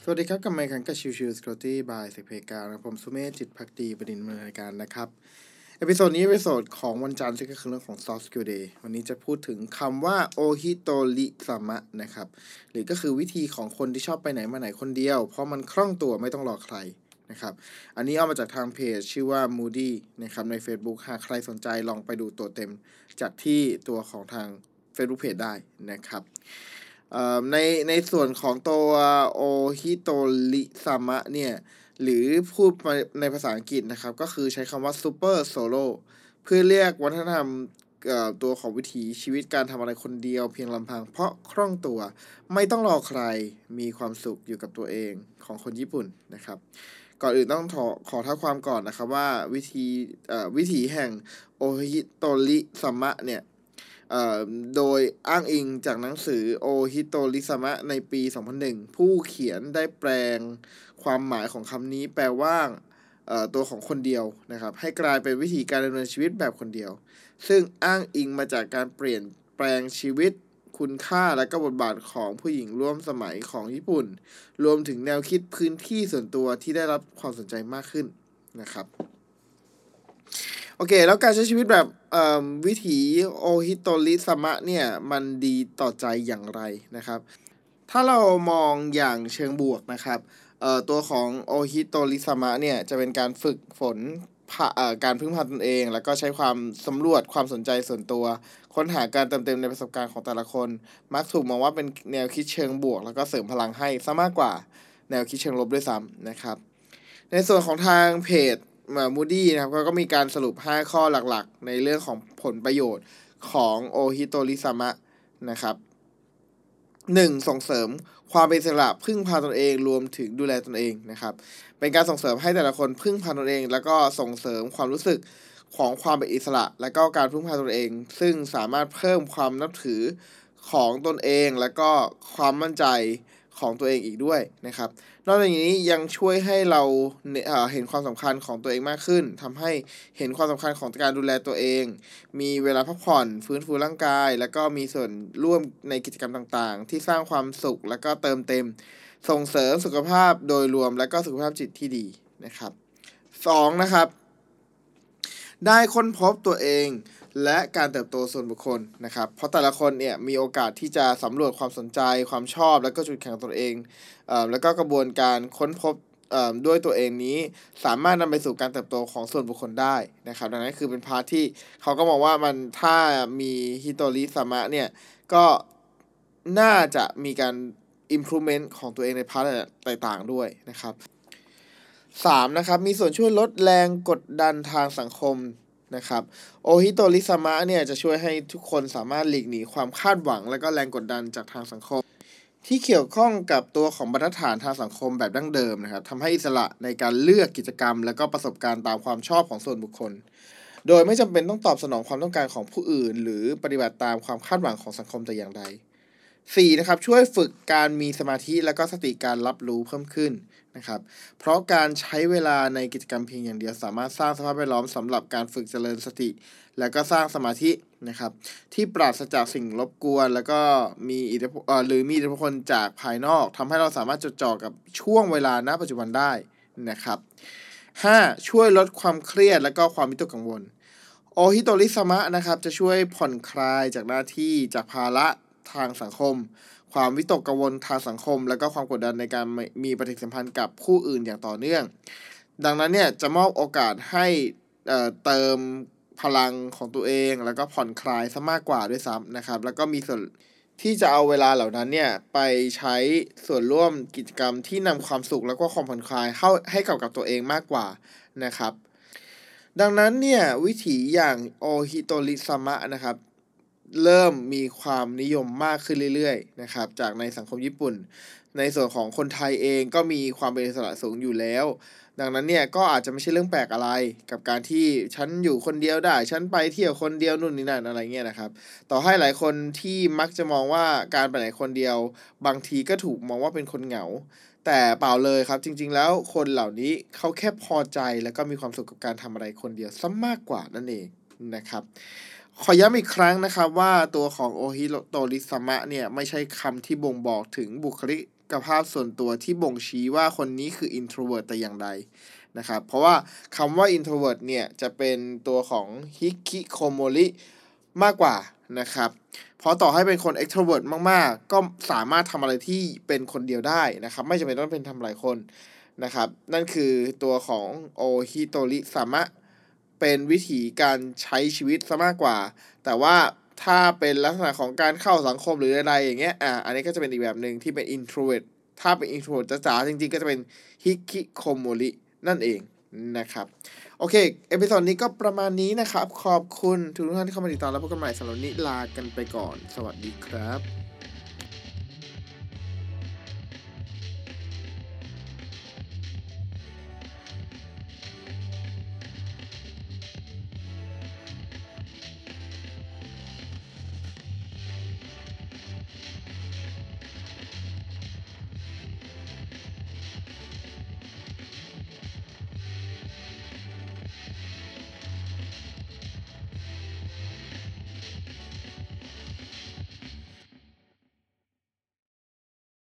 สวัสดีครับกับไมค์คันกับชิวชิวสกอตตี้บายเสกเพกาผมสุเมธจิตภักดีประดินดำเนินรายการนะครับเอพิโซดนี้เอพิโซดของวันจันทร์ซึ่งก็คือเรื่องของ Soft Skill Day วันนี้จะพูดถึงคำว่าโอฮิโตริซามะนะครับหรือก็คือวิธีของคนที่ชอบไปไหนมาไหนคนเดียวเพราะมันคล่องตัวไม่ต้องรอใครนะครับอันนี้เอามาจากทางเพจชื่อว่า Moody นะครับใน Facebook หากใครสนใจลองไปดูตัวเต็มจากที่ตัวของทาง Facebook Page ได้นะครับในส่วนของตัวโอฮิโตริซามะเนี่ยหรือพูดในภาษาอังกฤษนะครับก็คือใช้คำว่าซูเปอร์โซโล่เพื่อเรียกวัฒนธรรมตัวของวิถีชีวิตการทำอะไรคนเดียวเพียงลำพังเพราะคล่องตัวไม่ต้องรอใครมีความสุขอยู่กับตัวเองของคนญี่ปุ่นนะครับก่อนอื่นต้องขอเท้าความก่อนนะครับว่าวิถีแห่งโอฮิโตริซามะเนี่ยโดยอ้างอิงจากหนังสือโอฮิโตริซามะในปี 2001 ผู้เขียนได้แปลงความหมายของคำนี้แปลว่าตัวของคนเดียวนะครับให้กลายเป็นวิธีการดำเนินชีวิตแบบคนเดียวซึ่งอ้างอิงมาจากการเปลี่ยนแปลงชีวิตคุณค่าและก็บทบาทของผู้หญิงร่วมสมัยของญี่ปุ่นรวมถึงแนวคิดพื้นที่ส่วนตัวที่ได้รับความสนใจมากขึ้นนะครับโอเคแล้วการใช้ชีวิตแบบวิถีโอฮิโตริซามะเนี่ยมันดีต่อใจอย่างไรนะครับถ้าเรามองอย่างเชิงบวกนะครับตัวของโอฮิโตริซามะเนี่ยจะเป็นการฝึกฝนการพึ่งพาตนเองแล้วก็ใช้ความสำรวจความสนใจส่วนตัวค้นหาการเติมเต็มในประสบการณ์ของแต่ละคนมักถูกมองว่าเป็นแนวคิดเชิงบวกแล้วก็เสริมพลังให้ซะมากกว่าแนวคิดเชิงลบด้วยซ้ำนะครับในส่วนของทางเพจมูดี้นะครับก็มีการสรุป5ข้อหลักๆในเรื่องของผลประโยชน์ของโอฮิโตริซามะนะครับ1ส่งเสริมความเป็นอิสระพึ่งพาตนเองรวมถึงดูแลตนเองนะครับเป็นการส่งเสริมให้แต่ละคนพึ่งพาตนเองแล้วก็ส่งเสริมความรู้สึกของความเป็นอิสระและก็การพึ่งพาตนเองซึ่งสามารถเพิ่มความนับถือของตนเองและก็ความมั่นใจของตัวเองอีกด้วยนะครับนอกจากนี้ยังช่วยให้เราเห็นความสำคัญของตัวเองมากขึ้นทำให้เห็นความสำคัญของการดูแลตัวเองมีเวลาพักผ่อนฟื้นฟูร่างกายแล้วก็มีส่วนร่วมในกิจกรรมต่างๆที่สร้างความสุขและก็เติมเต็มส่งเสริมสุขภาพโดยรวมและก็สุขภาพจิตที่ดีนะครับ2นะครับได้ค้นพบตัวเองและการเติบโตส่วนบุคคลนะครับเพราะแต่ละคนเนี่ยมีโอกาสที่จะสำรวจความสนใจความชอบและก็จุดแข็งของตัวเองแล้วก็กระบวนการค้นพบด้วยตัวเองนี้สามารถนำไปสู่การเติบโตของส่วนบุคคลได้นะครับดังนั้นคือเป็นพาร์ทที่เขาก็มองว่ามันถ้ามีฮิโตริซามะเนี่ยก็น่าจะมีการ improvement ของตัวเองในพาร์ทต่างๆด้วยนะครับ3นะครับมีส่วนช่วยลดแรงกดดันทางสังคมนะครับโอฮิโตริซามะเนี่ยจะช่วยให้ทุกคนสามารถหลีกหนีความคาดหวังและก็แรงกดดันจากทางสังคมที่เกี่ยวข้องกับตัวของบรรทัดฐานทางสังคมแบบดั้งเดิมนะครับทำให้อิสระในการเลือกกิจกรรมและก็ประสบการณ์ตามความชอบของส่วนบุคคลโดยไม่จำเป็นต้องตอบสนองความต้องการของผู้อื่นหรือปฏิบัติตามความคาดหวังของสังคมแต่อย่างใด4นะครับช่วยฝึกการมีสมาธิและก็สติการรับรู้เพิ่มขึ้นนะครับเพราะการใช้เวลาในกิจกรรมเพียงอย่างเดียวสามารถสร้างสภาพแวดล้อมสำหรับการฝึกเจริญสติและก็สร้างสมาธินะครับที่ปราศจากสิ่งรบกวนแล้วก็มีอิทธิพลหรือมีอิทธิพลจากภายนอกทำให้เราสามารถจดจ่อกับช่วงเวลาณปัจจุบันได้นะครับ5ช่วยลดความเครียดและก็ความวิตกกังวลโอฮิโตริซามะนะครับจะช่วยผ่อนคลายจากหน้าที่จากภาระทางสังคมความวิตกกังวลทางสังคมและก็ความกดดันในการมีปฏิสัมพันธ์กับผู้อื่นอย่างต่อเนื่องดังนั้นเนี่ยจะมอบโอกาสให้เติมพลังของตัวเองแล้วก็ผ่อนคลายซะมากกว่าด้วยซ้ำนะครับแล้วก็มีส่วนที่จะเอาเวลาเหล่านั้นเนี่ยไปใช้ส่วนร่วมกิจกรรมที่นำความสุขแล้วก็ความผ่อนคลายเข้าให้กับตัวเองมากกว่านะครับดังนั้นเนี่ยวิถีอย่างโอฮิโตริซามะนะครับเริ่มมีความนิยมมากขึ้นเรื่อยๆนะครับจากในสังคมญี่ปุ่นในส่วนของคนไทยเองก็มีความเป็นอิสระสูงอยู่แล้วดังนั้นเนี่ยก็อาจจะไม่ใช่เรื่องแปลกอะไรกับการที่ฉันอยู่คนเดียวได้ฉันไปเที่ยวคนเดียวนู่นนี่นั่นอะไรเงี้ยนะครับต่อให้หลายคนที่มักจะมองว่าการไปไหนคนเดียวบางทีก็ถูกมองว่าเป็นคนเหงาแต่เปล่าเลยครับจริงๆแล้วคนเหล่านี้เขาแค่พอใจแล้วก็มีความสุขกับการทำอะไรคนเดียวซะมากกว่านั่นเองนะครับขอย้ำอีกครั้งนะครับว่าตัวของโอฮิโตริซามะเนี่ยไม่ใช่คำที่บ่งบอกถึงบุคลิกภาพส่วนตัวที่บ่งชี้ว่าคนนี้คือ introvert แต่อย่างใดนะครับเพราะว่าคำว่า introvert เนี่ยจะเป็นตัวของฮิคิโคโมริมากกว่านะครับเพราะต่อให้เป็นคน extrovert มากๆก็สามารถทำอะไรที่เป็นคนเดียวได้นะครับไม่จำเป็นต้องเป็นทำหลายคนนะครับนั่นคือตัวของโอฮิโตริซามะเป็นวิธีการใช้ชีวิตซะมากกว่าแต่ว่าถ้าเป็นลักษณะของการเข้าสังคมหรืออะไรอย่างเงี้ยอันนี้ก็จะเป็นอีกแบบหนึ่งที่เป็น introvert ถ้าเป็น introvert จ๋าๆจริงๆก็จะเป็นฮิคิโคโมรินั่นเองนะครับโอเคเอพิโซดนี้ก็ประมาณนี้นะครับขอบคุณทุกท่านที่เข้ามาติดตามแล้วพบกันใหม่สำหรับวันนี้ลากันไปก่อนสวัสดีครับ